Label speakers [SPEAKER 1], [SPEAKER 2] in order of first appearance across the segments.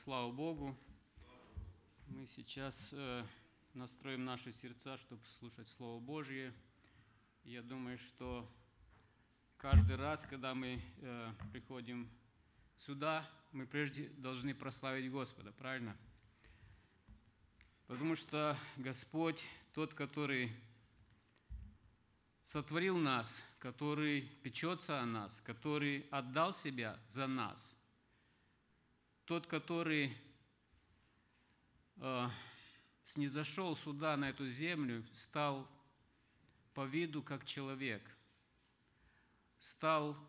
[SPEAKER 1] Слава Богу! Мы сейчас настроим наши сердца, чтобы слушать Слово Божье. Я думаю, что каждый раз, когда мы приходим сюда, мы прежде должны прославить Господа, правильно? Потому что Господь, тот, который сотворил нас, который печется о нас, который отдал себя за нас, тот, который снизошел сюда, на эту землю, стал по виду как человек, стал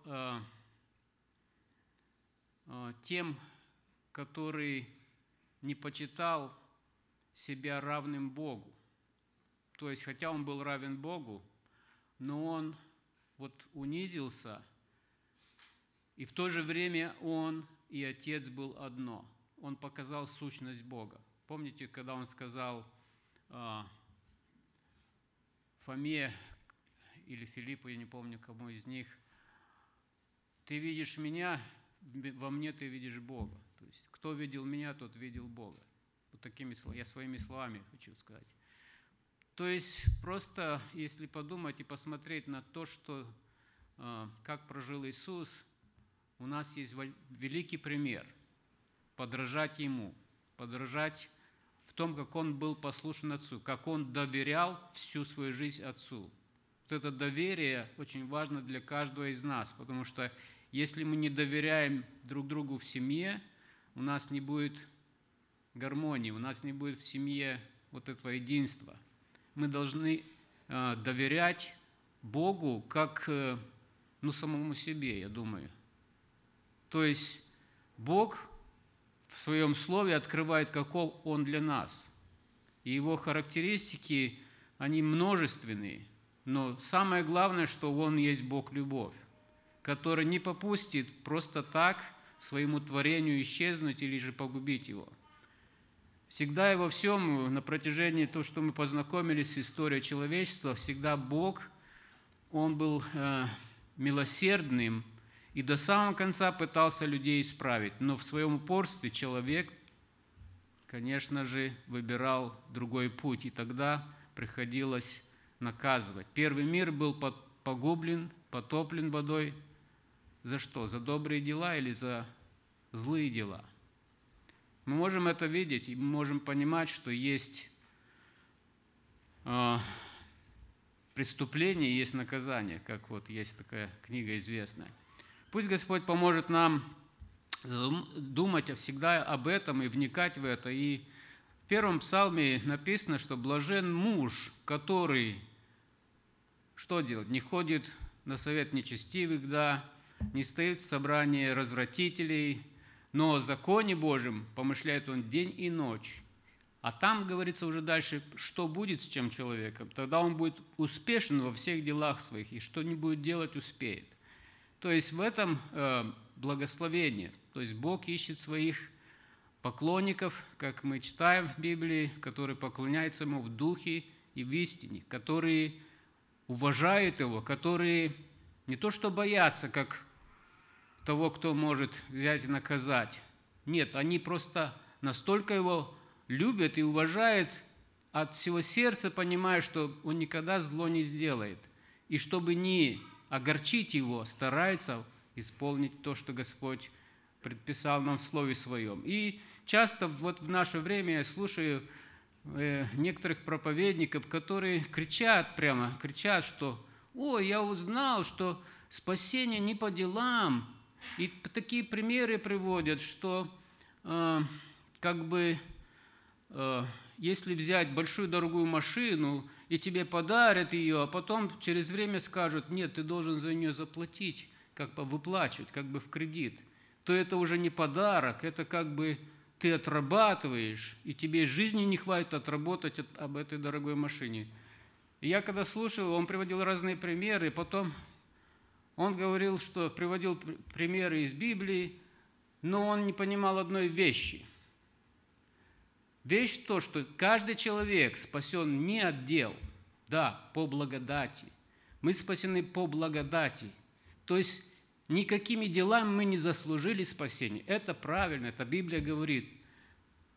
[SPEAKER 1] тем, который не почитал себя равным Богу. То есть, хотя он был равен Богу, но он унизился, и в то же время он и Отец был одно. Он показал сущность Бога. Помните, когда он сказал Фоме или Филиппу, я не помню, кому из них: «Ты видишь меня, во мне ты видишь Бога». То есть, кто видел меня, тот видел Бога. Вот такими словами, я своими словами хочу сказать. То есть, просто если подумать и посмотреть на то, что, как прожил Иисус, у нас есть великий пример – подражать Ему, подражать в том, как Он был послушен Отцу, как Он доверял всю свою жизнь Отцу. Вот это доверие очень важно для каждого из нас, потому что если мы не доверяем друг другу в семье, у нас не будет гармонии, у нас не будет в семье вот этого единства. Мы должны доверять Богу как самому себе, я думаю. То есть Бог в Своем Слове открывает, каков Он для нас. И Его характеристики, они множественные. Но самое главное, что Он есть Бог-любовь, который не попустит просто так своему творению исчезнуть или же погубить его. Всегда и во всем, на протяжении того, что мы познакомились с историей человечества, всегда Бог, Он был милосердным и до самого конца пытался людей исправить. Но в своем упорстве человек, конечно же, выбирал другой путь, и тогда приходилось наказывать. Первый мир был погублен, потоплен водой. За что? За добрые дела или за злые дела? Мы можем это видеть, и мы можем понимать, что есть преступление, есть наказание, как есть такая книга известная. Пусть Господь поможет нам думать всегда об этом и вникать в это. И в первом псалме написано, что блажен муж, который что делает? Не ходит на совет нечестивых, не стоит в собрании развратителей, но о законе Божьем помышляет он день и ночь. А там говорится уже дальше, что будет с чем человеком. Тогда он будет успешен во всех делах своих, и что не будет делать, успеет. То есть в этом благословение. То есть Бог ищет своих поклонников, как мы читаем в Библии, которые поклоняются Ему в духе и в истине, которые уважают Его, которые не то что боятся, как того, кто может взять и наказать. Нет, они просто настолько Его любят и уважают от всего сердца, понимая, что Он никогда зло не сделает. И чтобы не огорчить Его, стараются исполнить то, что Господь предписал нам в Слове Своем. И часто в наше время я слушаю некоторых проповедников, которые кричат, что «О, я узнал, что спасение не по делам». И такие примеры приводят, что если взять большую дорогую машину, и тебе подарят ее, а потом через время скажут: нет, ты должен за нее заплатить, выплачивать, в кредит, то это уже не подарок, это ты отрабатываешь, и тебе жизни не хватит отработать об этой дорогой машине. И я когда слушал, он приводил разные примеры, потом он говорил, что приводил примеры из Библии, но он не понимал одной вещи. Вещь то, что каждый человек спасен не от дел, по благодати. Мы спасены по благодати. То есть никакими делами мы не заслужили спасения. Это правильно, это Библия говорит.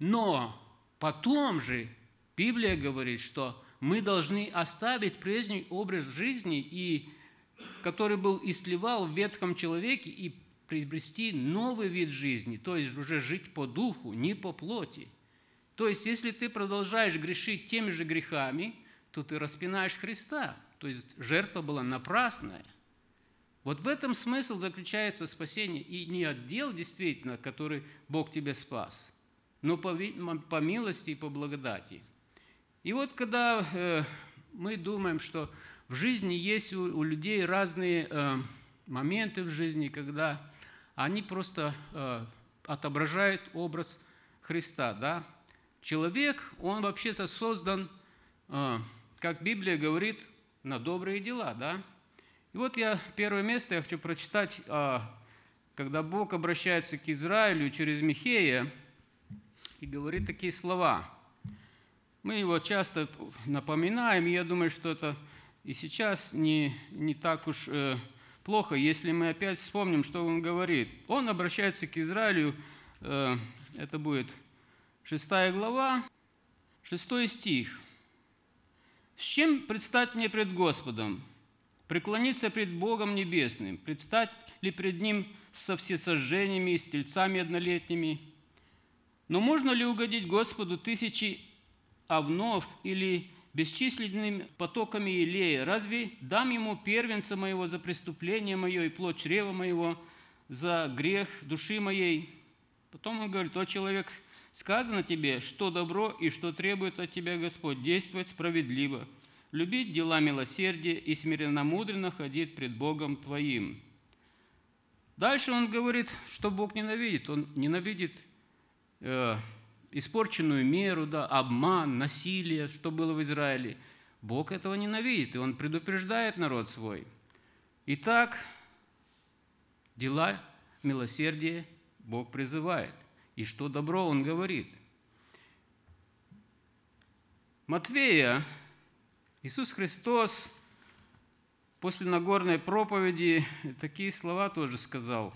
[SPEAKER 1] Но потом же Библия говорит, что мы должны оставить прежний образ жизни, который был истлевал в ветхом человеке, и приобрести новый вид жизни, то есть уже жить по духу, не по плоти. То есть, если ты продолжаешь грешить теми же грехами, то ты распинаешь Христа. То есть, жертва была напрасная. Вот в этом смысл заключается спасение. И не от дел, действительно, который Бог тебя спас, но по милости и по благодати. И вот когда мы думаем, что в жизни есть у людей разные моменты в жизни, когда они просто отображают образ Христа. Да? Человек, он вообще-то создан, как Библия говорит, на добрые дела. Да? И вот первое место я хочу прочитать, когда Бог обращается к Израилю через Михея и говорит такие слова. Мы его часто напоминаем, и я думаю, что это и сейчас не так уж плохо, если мы опять вспомним, что он говорит. Он обращается к Израилю, это будет 6 глава, 6 стих. «С чем предстать мне пред Господом? Преклониться пред Богом Небесным? Предстать ли пред Ним со всесожжениями и с тельцами однолетними? Но можно ли угодить Господу тысячи овнов или бесчисленными потоками елея? Разве дам ему первенца моего за преступление мое и плоть чрева моего за грех души моей?» Потом он говорит: «О человек, сказано тебе, что добро и что требует от тебя Господь: действовать справедливо, любить дела милосердия и смиренномудренно ходить пред Богом твоим». Дальше он говорит, что Бог ненавидит. Он ненавидит испорченную меру, да, обман, насилие, что было в Израиле. Бог этого ненавидит, и Он предупреждает народ свой. Итак, дела милосердия Бог призывает. И что добро Он говорит. Матфея Иисус Христос после Нагорной проповеди такие слова тоже сказал.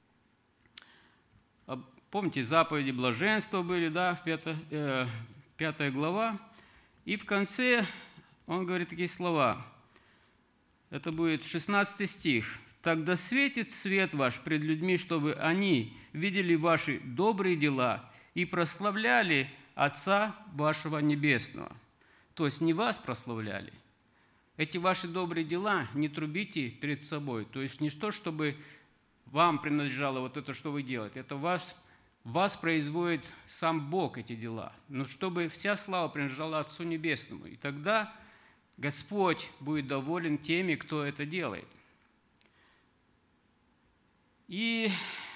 [SPEAKER 1] Помните, заповеди блаженства были, да, 5 глава. И в конце он говорит такие слова. Это будет 16 стих. «Тогда светит свет ваш пред людьми, чтобы они видели ваши добрые дела и прославляли Отца вашего Небесного». То есть не вас прославляли. Эти ваши добрые дела не трубите перед собой. То есть не то, чтобы вам принадлежало вот это, что вы делаете. Это вас производит сам Бог эти дела. Но чтобы вся слава принадлежала Отцу Небесному. И тогда Господь будет доволен теми, кто это делает. И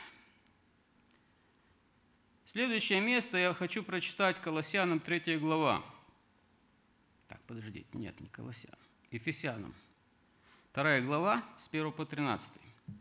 [SPEAKER 1] следующее место я хочу прочитать Колоссянам 3 глава. Так, подождите, нет, не Колоссянам, Ефесянам. 2 глава, с 1 по 13.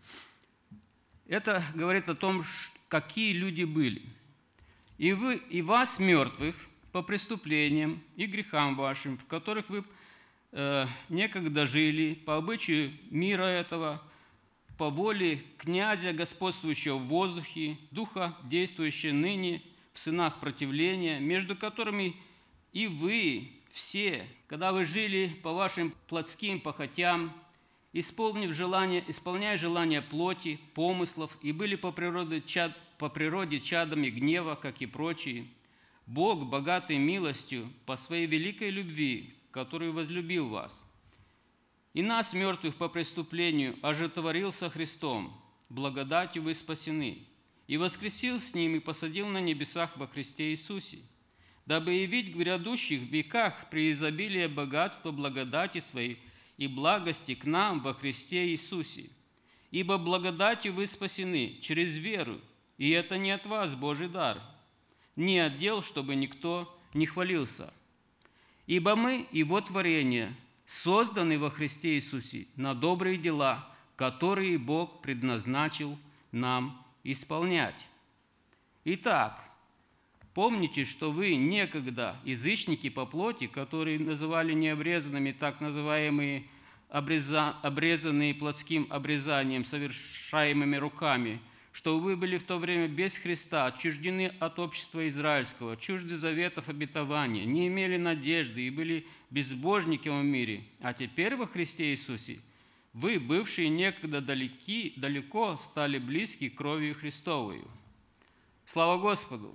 [SPEAKER 1] Это говорит о том, какие люди были. «И вас, мертвых, по преступлениям и грехам вашим, в которых вы некогда жили, по обычаю мира этого, по воле князя, господствующего в воздухе, духа, действующего ныне в сынах противления, между которыми и вы все, когда вы жили по вашим плотским похотям, исполняя желания плоти, помыслов, и были по природе чадами гнева, как и прочие, Бог, богатый милостью, по своей великой любви, которую возлюбил вас, и нас, мертвых по преступлению, ожитворил со Христом, благодатью вы спасены, и воскресил с Ним и посадил на небесах во Христе Иисусе, дабы явить в грядущих веках преизобилие богатства благодати Своей и благости к нам во Христе Иисусе. Ибо благодатью вы спасены через веру, и это не от вас Божий дар, не от дел, чтобы никто не хвалился. Ибо мы Его творение, созданы во Христе Иисусе на добрые дела, которые Бог предназначил нам исполнять. Итак, помните, что вы некогда язычники по плоти, которые называли необрезанными так называемые обрезанные плотским обрезанием, совершаемыми руками, что вы были в то время без Христа, отчуждены от общества израильского, чужды заветов обетования, не имели надежды и были безбожниками в мире, а теперь во Христе Иисусе вы, бывшие некогда далеко, стали близки кровью Христовой». Слава Господу!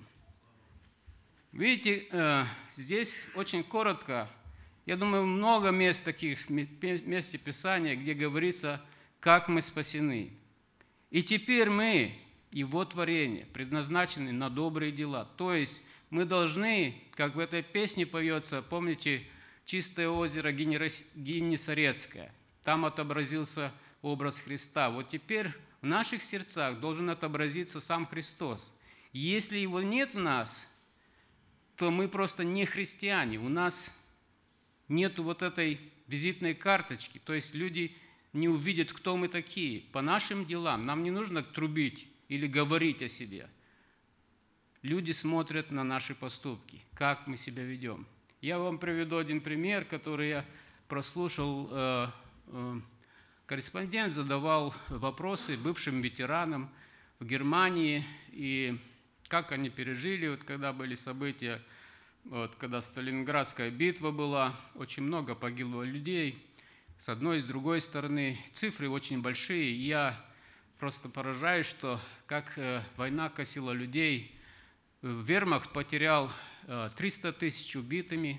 [SPEAKER 1] Видите, здесь очень коротко, я думаю, много мест таких, мест Писания, где говорится, как мы спасены. И теперь мы, Его творение, предназначены на добрые дела. То есть мы должны, как в этой песне поется, помните, «Чистое озеро Геннесарецкое», там отобразился образ Христа. Вот теперь в наших сердцах должен отобразиться сам Христос. Если Его нет в нас, то мы просто не христиане. У нас нет вот этой визитной карточки. То есть люди не увидят, кто мы такие. По нашим делам нам не нужно трубить или говорить о себе. Люди смотрят на наши поступки, как мы себя ведем. Я вам приведу один пример, который я прослушал. Корреспондент задавал вопросы бывшим ветеранам в Германии, и как они пережили, вот когда были события, вот когда Сталинградская битва была, очень много погибло людей, с одной и с другой стороны, цифры очень большие, и я просто поражаюсь, что как война косила людей. Вермахт потерял 300 тысяч убитыми,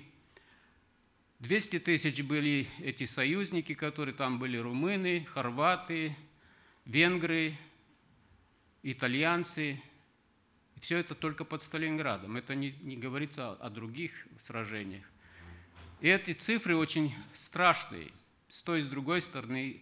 [SPEAKER 1] 200 тысяч были эти союзники, которые там были: румыны, хорваты, венгры, итальянцы. И все это только под Сталинградом. Это не говорится о других сражениях. И эти цифры очень страшные. С той и с другой стороны,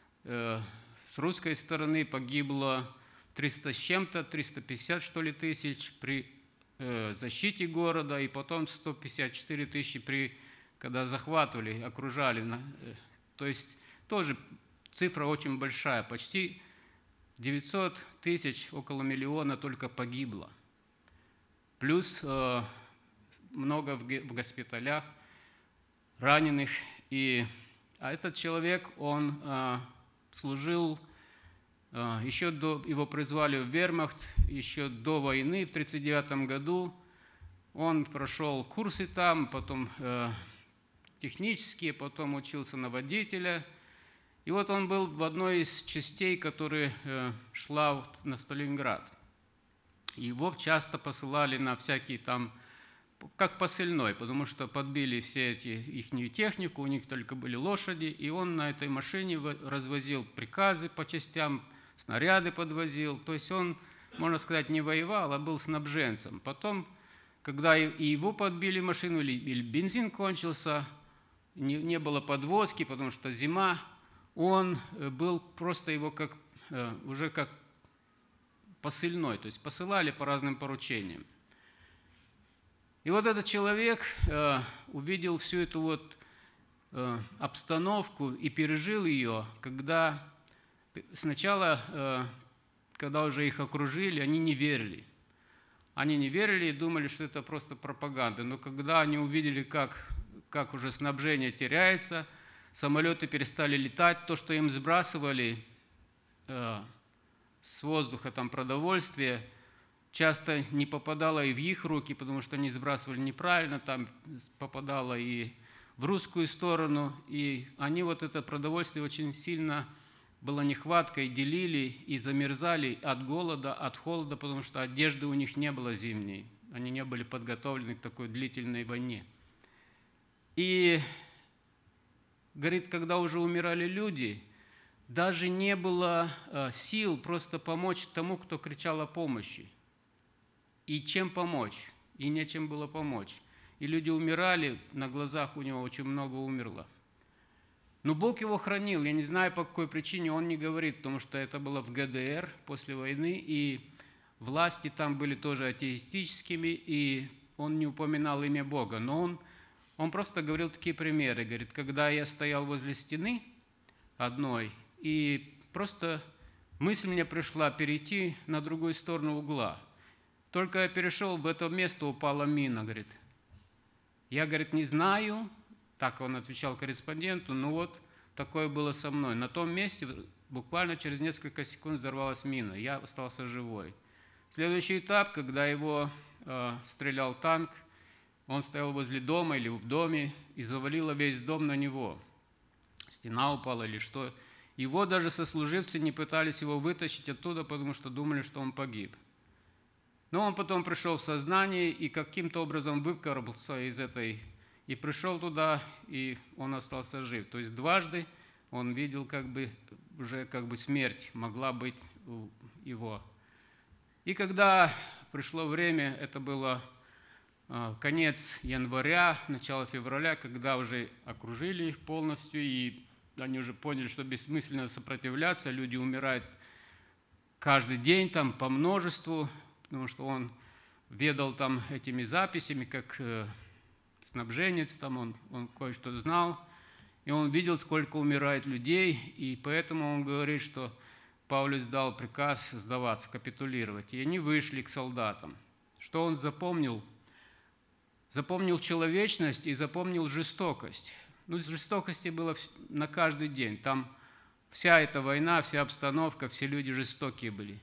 [SPEAKER 1] с русской стороны погибло 300 с чем-то, 350, что ли, тысяч при защите города, и потом 154 тысячи, когда захватывали, окружали. То есть тоже цифра очень большая, почти 900 тысяч, около миллиона только погибло. Плюс много в госпиталях раненых. А этот человек, он служил, еще его призвали в вермахт, еще до войны, в 1939 году. Он прошел курсы там, потом технические, потом учился на водителя. И вот он был в одной из частей, которая шла на Сталинград. Его часто посылали на всякие там, как посыльной, потому что подбили все ихнюю технику, у них только были лошади, и он на этой машине развозил приказы по частям, снаряды подвозил. То есть он, можно сказать, не воевал, а был снабженцем. Потом, когда и его подбили машину, или бензин кончился, не было подвозки, потому что зима, он был просто его уже как посыльной, то есть посылали по разным поручениям. И вот этот человек увидел всю эту вот обстановку и пережил ее, когда сначала, когда уже их окружили, они не верили. Они не верили и думали, что это просто пропаганда. Но когда они увидели, как уже снабжение теряется, самолеты перестали летать, то, что им сбрасывали с воздуха там продовольствие, часто не попадало и в их руки, потому что они сбрасывали неправильно, там попадало и в русскую сторону, и они вот это продовольствие очень сильно была нехваткой, делили и замерзали от голода, от холода, потому что одежды у них не было зимней, они не были подготовлены к такой длительной войне. И, говорит, когда уже умирали люди, даже не было сил просто помочь тому, кто кричал о помощи. И чем помочь? И нечем было помочь. И люди умирали, на глазах у него очень много умерло. Но Бог его хранил. Я не знаю, по какой причине, он не говорит, потому что это было в ГДР после войны, и власти там были тоже атеистическими, и он не упоминал имя Бога. Но он просто говорил такие примеры. Говорит, когда я стоял возле стены одной, и просто мысль мне пришла перейти на другую сторону угла. Только я перешел, в это место упала мина, говорит. Я, говорит, не знаю, так он отвечал корреспонденту, но вот такое было со мной. На том месте буквально через несколько секунд взорвалась мина, я остался живой. Следующий этап, когда его стрелял танк, он стоял возле дома или в доме, и завалило весь дом на него. Стена упала или что. Его даже сослуживцы не пытались его вытащить оттуда, потому что думали, что он погиб. Но он потом пришел в сознание и каким-то образом выкарабкался из этой, и пришел туда, и он остался жив. То есть дважды он видел уже смерть могла быть у его. И когда пришло время, это было конец января, начало февраля, когда уже окружили их полностью, и они уже поняли, что бессмысленно сопротивляться, люди умирают каждый день там по множеству, потому что он ведал там этими записями, как снабженец, там он кое-что знал, и он видел, сколько умирает людей, и поэтому он говорит, что Паулюс дал приказ сдаваться, капитулировать, и они вышли к солдатам. Что он запомнил? Запомнил человечность и запомнил жестокость. Жестокости было на каждый день. Там вся эта война, вся обстановка, все люди жестокие были.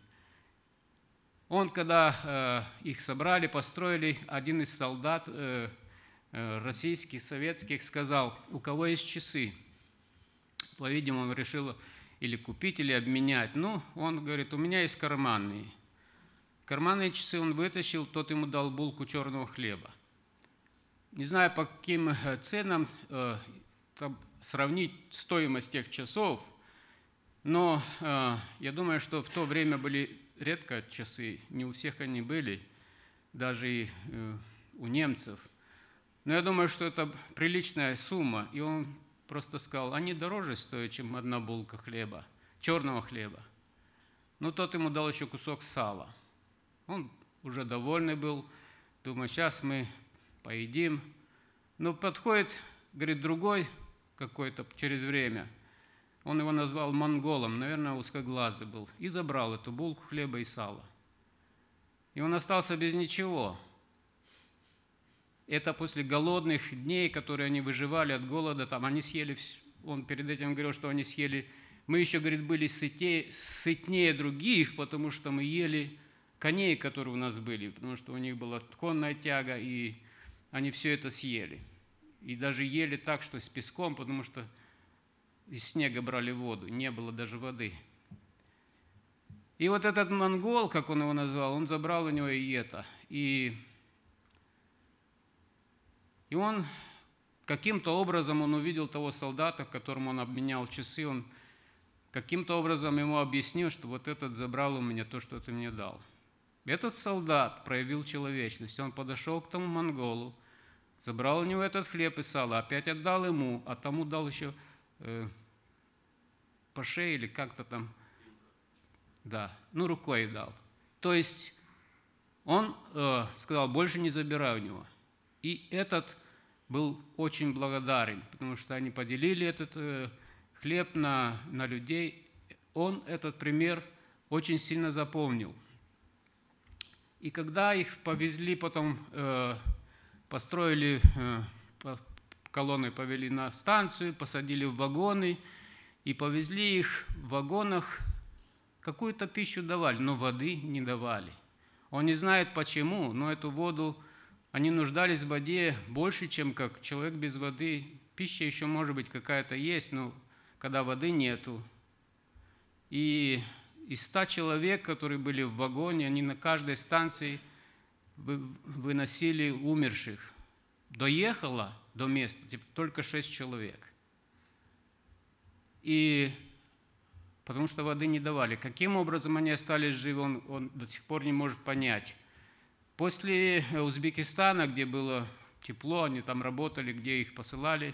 [SPEAKER 1] Он, когда их собрали, построили, один из солдат российских, советских сказал: у кого есть часы? По-видимому, он решил или купить, или обменять. Он говорит: у меня есть карманные. Карманные часы он вытащил, тот ему дал булку черного хлеба. Не знаю, по каким ценам сравнить стоимость тех часов, но я думаю, что в то время были редко часы, не у всех они были, даже и у немцев. Но я думаю, что это приличная сумма, и он просто сказал: они дороже стоят, чем одна булка хлеба, черного хлеба. Тот ему дал еще кусок сала. Он уже довольный был, думаю, сейчас мы поедим. Но подходит, говорит, другой какой-то через время. Он его назвал монголом, наверное, узкоглазый был, и забрал эту булку хлеба и сала. И он остался без ничего. Это после голодных дней, которые они выживали от голода, там они съели, он перед этим говорил, что они съели, мы еще, говорит, были сытнее других, потому что мы ели коней, которые у нас были, потому что у них была конная тяга, и они все это съели. И даже ели так, что с песком, потому что из снега брали воду, не было даже воды. И вот этот монгол, как он его назвал, он забрал у него и это. И он каким-то образом он увидел того солдата, которому он обменял часы, он каким-то образом ему объяснил, что вот этот забрал у меня то, что ты мне дал. Этот солдат проявил человечность, он подошел к тому монголу, забрал у него этот хлеб и сало, опять отдал ему, а тому дал еще по шее или как-то там, да, рукой дал. То есть он сказал: больше не забирай у него. И этот был очень благодарен, потому что они поделили этот хлеб на людей. Он этот пример очень сильно запомнил. И когда их повезли, потом построили, колонны повели на станцию, посадили в вагоны и повезли их в вагонах, какую-то пищу давали, но воды не давали. Он не знает почему, но эту воду, они нуждались в воде больше, чем как человек без воды. Пища еще, может быть, какая-то есть, но когда воды нету. И из 100 человек, которые были в вагоне, они на каждой станции выносили умерших. Доехало до места только 6 человек. И потому что воды не давали. Каким образом они остались живы, он до сих пор не может понять. После Узбекистана, где было тепло, они там работали, где их посылали,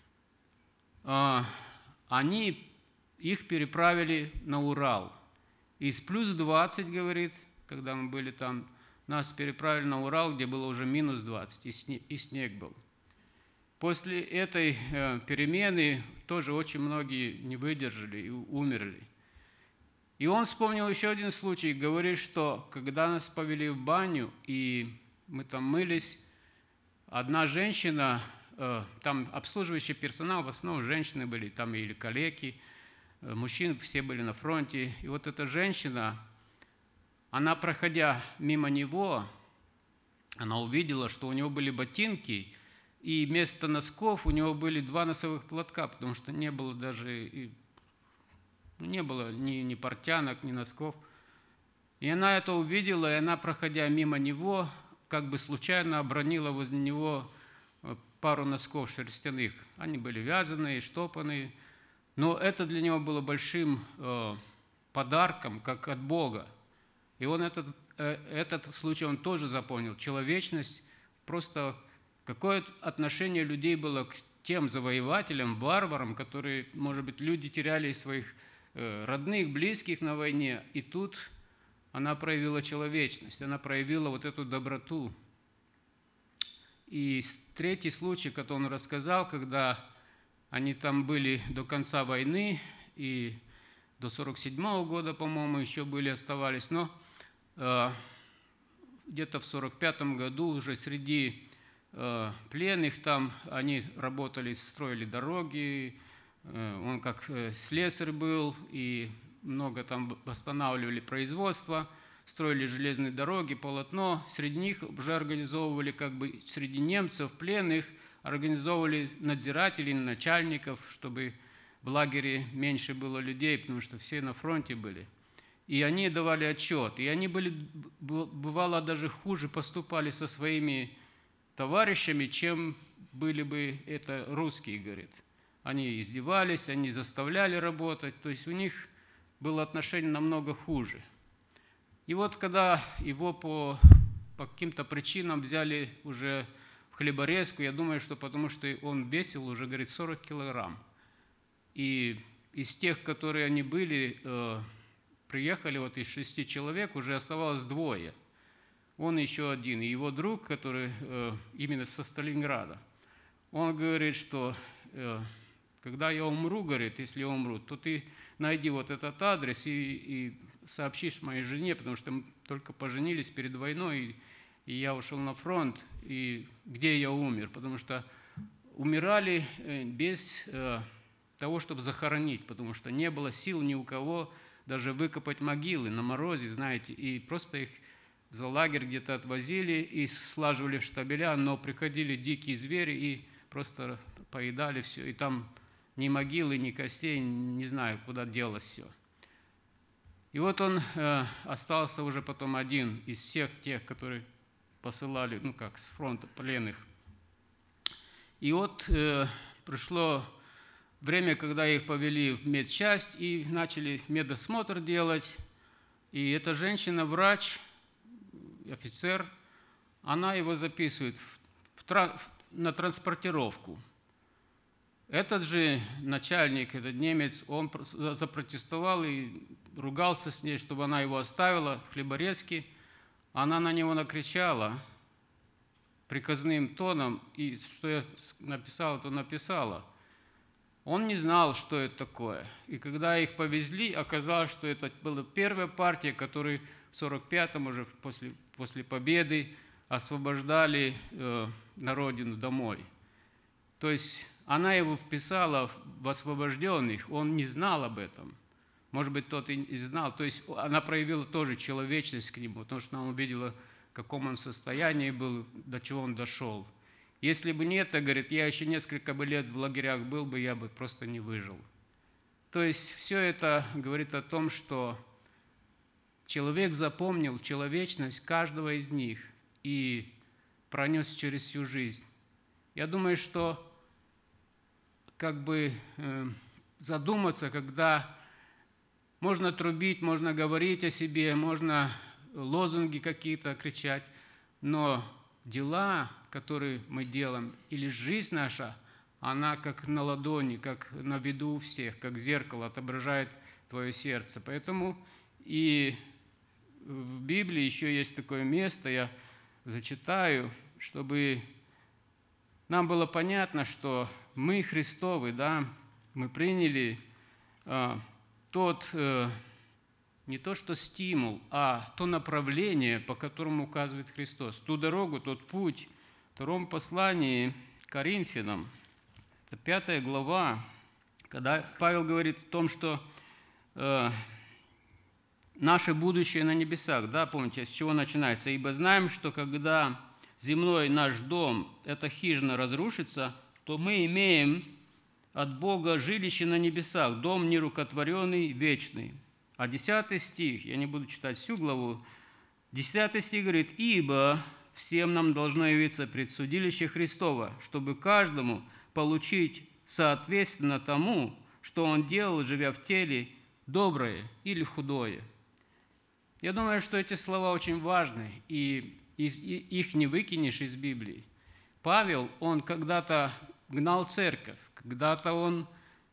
[SPEAKER 1] их переправили на Урал. Из плюс 20, говорит, когда мы были там, нас переправили на Урал, где было уже минус 20, и снег был. После этой перемены тоже очень многие не выдержали и умерли. И он вспомнил еще один случай, говорит, что когда нас повели в баню, и мы там мылись, одна женщина, там обслуживающий персонал, в основном женщины были, там или калеки, мужчин, все были на фронте. И вот эта женщина, она, проходя мимо него, она увидела, что у него были ботинки, и вместо носков у него были 2 носовых платка, потому что не было даже не было ни портянок, ни носков. И она это увидела, и она, проходя мимо него, как бы случайно обронила возле него пару носков шерстяных. Они были вязаные, штопанные, но это для него было большим подарком, как от Бога. И он этот случай он тоже запомнил. Человечность, просто какое отношение людей было к тем завоевателям, варварам, которые, может быть, люди теряли своих родных, близких на войне. И тут она проявила человечность, она проявила вот эту доброту. И третий случай, который он рассказал, когда они там были до конца войны, и до 1947 года, по-моему, еще оставались, но где-то в 1945 году уже среди пленных там они работали, строили дороги, он как слесарь был, и много там восстанавливали производство, строили железные дороги, полотно. Среди них уже организовывали, как бы среди немцев, пленных, организовывали надзирателей, начальников, чтобы в лагере меньше было людей, потому что все на фронте были. И они давали отчет. И они бывало, даже хуже поступали со своими товарищами, чем были бы это русские, говорит. Они издевались, они заставляли работать, то есть у них было отношение намного хуже. И вот когда его по каким-то причинам взяли уже в хлеборезку, я думаю, что потому что он весил уже, говорит, 40 килограмм. И из тех, которые они были, приехали вот из 6 человек, уже оставалось 2. Он еще один. И его друг, который именно со Сталинграда, он говорит, что когда я умру, говорит, если я умру, то ты найди вот этот адрес и сообщишь моей жене, потому что мы только поженились перед войной, и я ушел на фронт, и где я умер, потому что умирали без того, чтобы захоронить, потому что не было сил ни у кого даже выкопать могилы на морозе, знаете, и просто их за лагерь где-то отвозили и слаживали в штабеля, но приходили дикие звери и просто поедали все, и там ни могилы, ни костей, не знаю, куда делось все. И вот он остался уже потом один из всех тех, которые посылали, с фронта пленных. И вот пришло время, когда их повели в медчасть и начали медосмотр делать. И эта женщина, врач, офицер, она его записывает на транспортировку. Этот же начальник, этот немец, он запротестовал и ругался с ней, чтобы она его оставила в хлеборезке. Она на него накричала приказным тоном, и что я написал, то написала. Он не знал, что это такое. И когда их повезли, оказалось, что это была первая партия, которую в 1945-м, уже после победы, освобождали на родину домой. То есть она его вписала в освобожденных, он не знал об этом. Может быть, тот и знал. То есть она проявила тоже человечность к нему, потому что она увидела, в каком он состоянии был, до чего он дошел. Если бы не это, говорит, я еще несколько лет в лагерях был бы, я бы просто не выжил. То есть все это говорит о том, что человек запомнил человечность каждого из них и пронес через всю жизнь. Я думаю, что задуматься, когда можно трубить, можно говорить о себе, можно лозунги какие-то кричать, но дела, которые мы делаем, или жизнь наша, она как на ладони, как на виду у всех, как зеркало отображает твое сердце. Поэтому и в Библии еще есть такое место, я зачитаю, чтобы нам было понятно, что мы Христовы, да, мы приняли не то что стимул, а то направление, по которому указывает Христос, ту дорогу, тот путь. В 2 послании к Коринфянам, это 5 глава, когда Павел говорит о том, что наше будущее на небесах, да, помните, с чего начинается? «Ибо знаем, что когда земной наш дом, эта хижина, разрушится, то мы имеем от Бога жилище на небесах, дом нерукотворенный, вечный». А 10 стих, я не буду читать всю главу, 10 стих говорит: «Ибо всем нам должно явиться предсудилище Христово, чтобы каждому получить соответственно тому, что он делал, живя в теле, доброе или худое». Я думаю, что эти слова очень важны, и их не выкинешь из Библии. Павел, он когда-то гнал церковь, когда-то он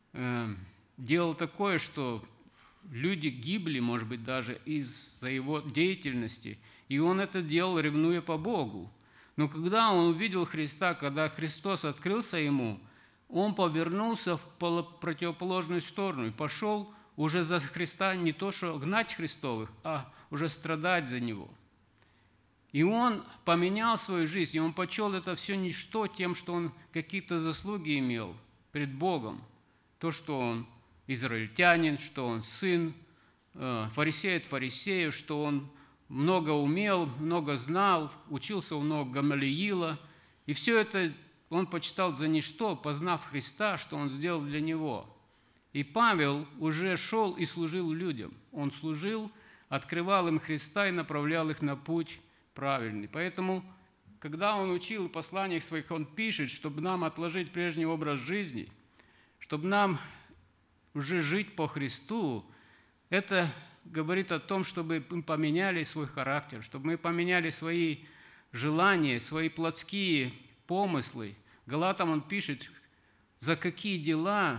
[SPEAKER 1] делал такое, что люди гибли, может быть, даже из-за его деятельности, и он это делал, ревнуя по Богу. Но когда он увидел Христа, когда Христос открылся ему, он повернулся в противоположную сторону и пошел уже за Христа не то, что гнать Христовых, а уже страдать за Него. И он поменял свою жизнь, и он почел это все ничто тем, что он какие-то заслуги имел перед Богом. То, что он израильтянин, что он сын фарисея от фарисеев, что он много умел, много знал, учился у ног Гамалиила. И все это он почитал за ничто, познав Христа, что он сделал для него. И Павел уже шел и служил людям. Он служил, открывал им Христа и направлял их на путь правильный. Поэтому, когда он учил в посланиях своих, он пишет, чтобы нам отложить прежний образ жизни, чтобы нам уже жить по Христу. Это говорит о том, чтобы мы поменяли свой характер, чтобы мы поменяли свои желания, свои плотские помыслы. Галатам он пишет, за какие дела,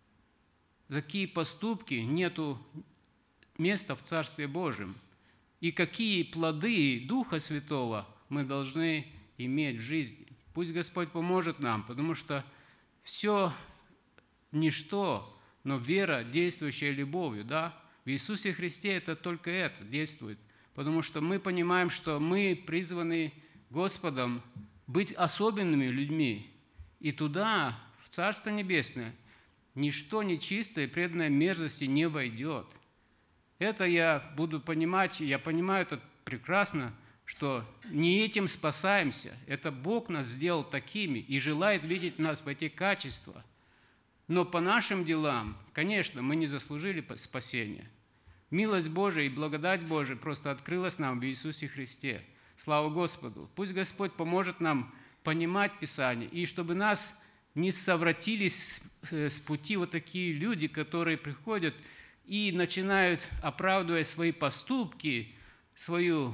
[SPEAKER 1] за какие поступки нету места в Царстве Божьем, и какие плоды Духа Святого мы должны иметь в жизни. Пусть Господь поможет нам, потому что все ничто, но вера, действующая любовью, да? В Иисусе Христе это только это действует, потому что мы понимаем, что мы призваны Господом быть особенными людьми, и туда, в Царство Небесное, ничто нечистое, преданное мерзости не войдет. Это я буду понимать, я понимаю это прекрасно, что не этим спасаемся, это Бог нас сделал такими и желает видеть нас в эти качества. Но по нашим делам, конечно, мы не заслужили спасения. Милость Божия и благодать Божия просто открылась нам в Иисусе Христе. Слава Господу! Пусть Господь поможет нам понимать Писание, и чтобы нас не совратились с пути вот такие люди, которые приходят и начинают, оправдывая свои поступки, свою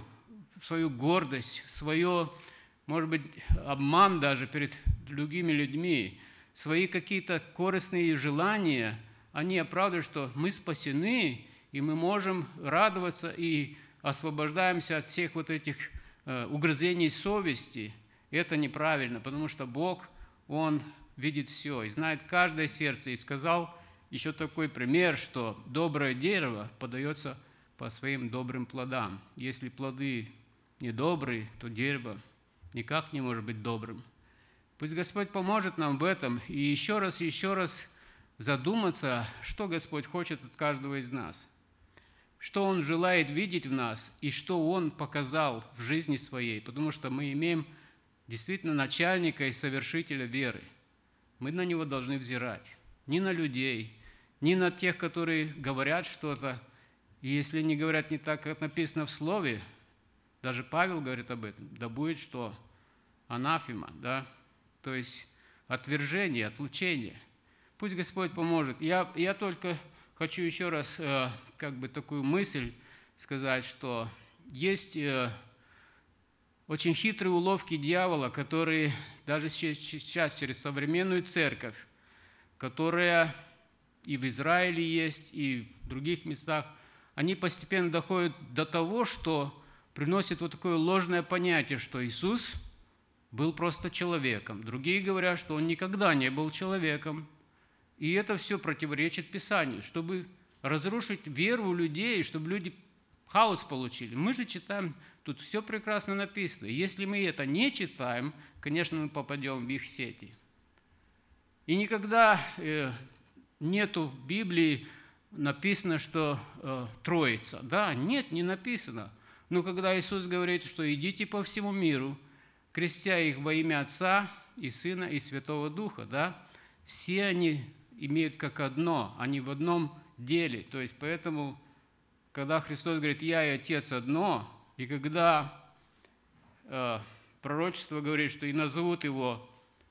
[SPEAKER 1] гордость, свое, может быть, обман даже перед другими людьми, свои какие-то корыстные желания, они оправдывают, что мы спасены, и мы можем радоваться и освобождаемся от всех вот этих угрызений совести. Это неправильно, потому что Бог, Он видит все и знает каждое сердце. И сказал еще такой пример, что доброе дерево подается по своим добрым плодам. Если плоды недобрые, то дерево никак не может быть добрым. Пусть Господь поможет нам в этом и еще раз задуматься, что Господь хочет от каждого из нас, что Он желает видеть в нас и что Он показал в жизни своей, потому что мы имеем действительно начальника и совершителя веры. Мы на Него должны взирать, не на людей, не на тех, которые говорят что-то, и если не говорят не так, как написано в Слове, даже Павел говорит об этом, да будет что? Анафема, да? То есть отвержение, отлучение. Пусть Господь поможет. Я только хочу еще раз такую мысль сказать, что есть очень хитрые уловки дьявола, которые даже сейчас через современную церковь, которая и в Израиле есть, и в других местах, они постепенно доходят до того, что приносят вот такое ложное понятие, что Иисус был просто человеком. Другие говорят, что Он никогда не был человеком. И это все противоречит Писанию, чтобы разрушить веру людей, чтобы люди хаос получили. Мы же читаем, тут все прекрасно написано. Если мы это не читаем, конечно, мы попадем в их сети. И никогда нету в Библии написано, что Троица. Да, нет, не написано. Но когда Иисус говорит, что идите по всему миру, крестя их во имя Отца и Сына и Святого Духа, да, все они имеют как одно, они в одном деле. То есть поэтому, когда Христос говорит «Я и Отец одно», и когда пророчество говорит, что и назовут его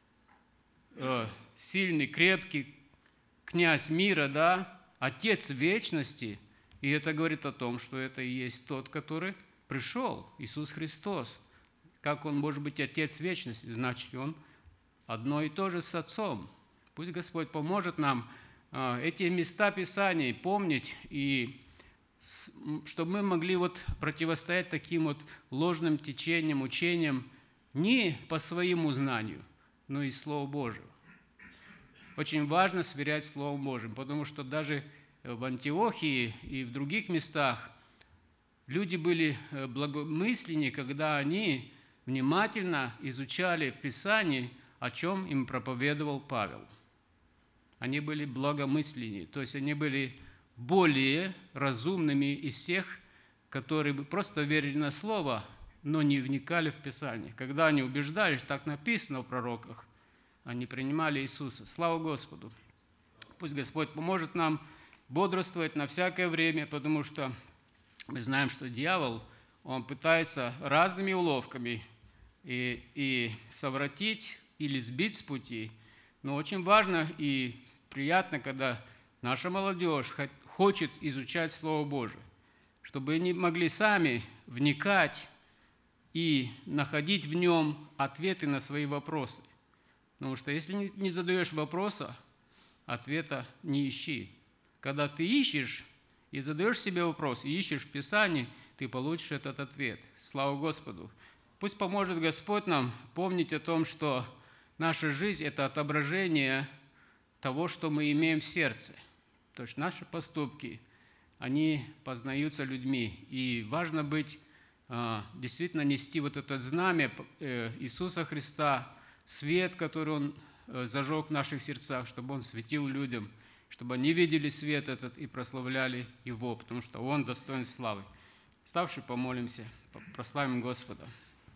[SPEAKER 1] сильный, крепкий князь мира, да, Отец вечности, и это говорит о том, что это и есть тот, который пришел, Иисус Христос. Как Он может быть Отец вечности? Значит, Он одно и то же с Отцом. Пусть Господь поможет нам эти места Писаний помнить, и чтобы мы могли противостоять таким ложным течениям, учениям не по своему знанию, но и Слову Божию. Очень важно сверять Словом Божьим, потому что даже в Антиохии и в других местах люди были благомысленнее, когда они внимательно изучали Писание, о чем им проповедовал Павел. Они были благомысленнее, то есть они были более разумными из тех, которые бы просто верили на Слово, но не вникали в Писание. Когда они убеждались, так написано в пророках, они принимали Иисуса. Слава Господу! Пусть Господь поможет нам бодрствовать на всякое время, потому что мы знаем, что дьявол, он пытается разными уловками и совратить или сбить с пути. Но очень важно и приятно, когда наша молодежь хочет изучать Слово Божие, чтобы они могли сами вникать и находить в нем ответы на свои вопросы. Потому что если не задаешь вопроса, ответа не ищи. Когда ты ищешь и задаешь себе вопрос, и ищешь в Писании, ты получишь этот ответ. Слава Господу! Пусть поможет Господь нам помнить о том, что наша жизнь – это отображение того, что мы имеем в сердце. То есть наши поступки, они познаются людьми. И важно быть, действительно нести этот знамя Иисуса Христа, свет, который Он зажег в наших сердцах, чтобы Он светил людям, чтобы они видели свет этот и прославляли Его, потому что Он достоин славы. Вставши, помолимся, прославим Господа.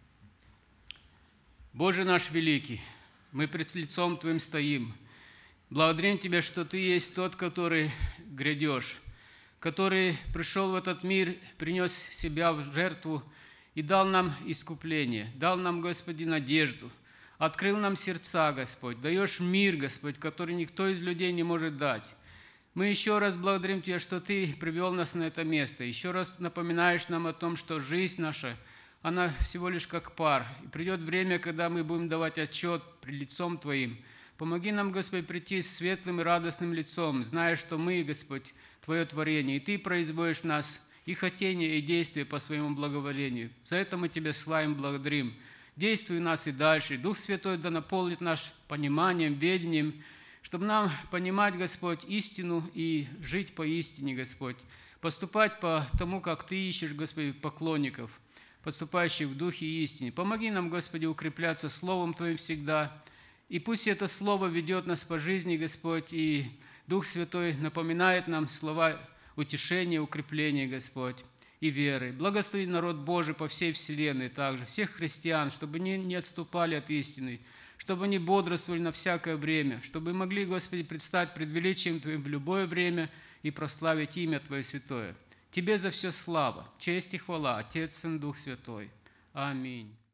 [SPEAKER 1] Боже наш великий, мы пред лицом Твоим стоим. Благодарим Тебя, что Ты есть тот, который грядешь, который пришел в этот мир, принес себя в жертву и дал нам искупление, дал нам, Господи, надежду, открыл нам сердца, Господь, даешь мир, Господь, который никто из людей не может дать. Мы еще раз благодарим Тебя, что Ты привел нас на это место, еще раз напоминаешь нам о том, что жизнь наша, она всего лишь как пар. И придет время, когда мы будем давать отчет пред лицом Твоим. Помоги нам, Господь, прийти с светлым и радостным лицом, зная, что мы, Господь, Твое творение, и Ты производишь в нас и хотение, и действия по своему благоволению. За это мы Тебя славим, благодарим. Действуй в нас и дальше. Дух Святой да наполнит наш пониманием, ведением, чтобы нам понимать, Господь, истину и жить по истине, Господь. Поступать по тому, как Ты ищешь, Господи, поклонников, поступающих в духе и истине. Помоги нам, Господи, укрепляться Словом Твоим всегда. И пусть это Слово ведет нас по жизни, Господь, и Дух Святой напоминает нам слова утешения, укрепления, Господь, и веры. Благослови народ Божий по всей вселенной также, всех христиан, чтобы не отступали от истины, чтобы они бодрствовали на всякое время, чтобы могли, Господи, предстать пред величием Твоим в любое время и прославить имя Твое святое. Тебе за все слава, честь и хвала, Отец, Сын, Дух Святой. Аминь.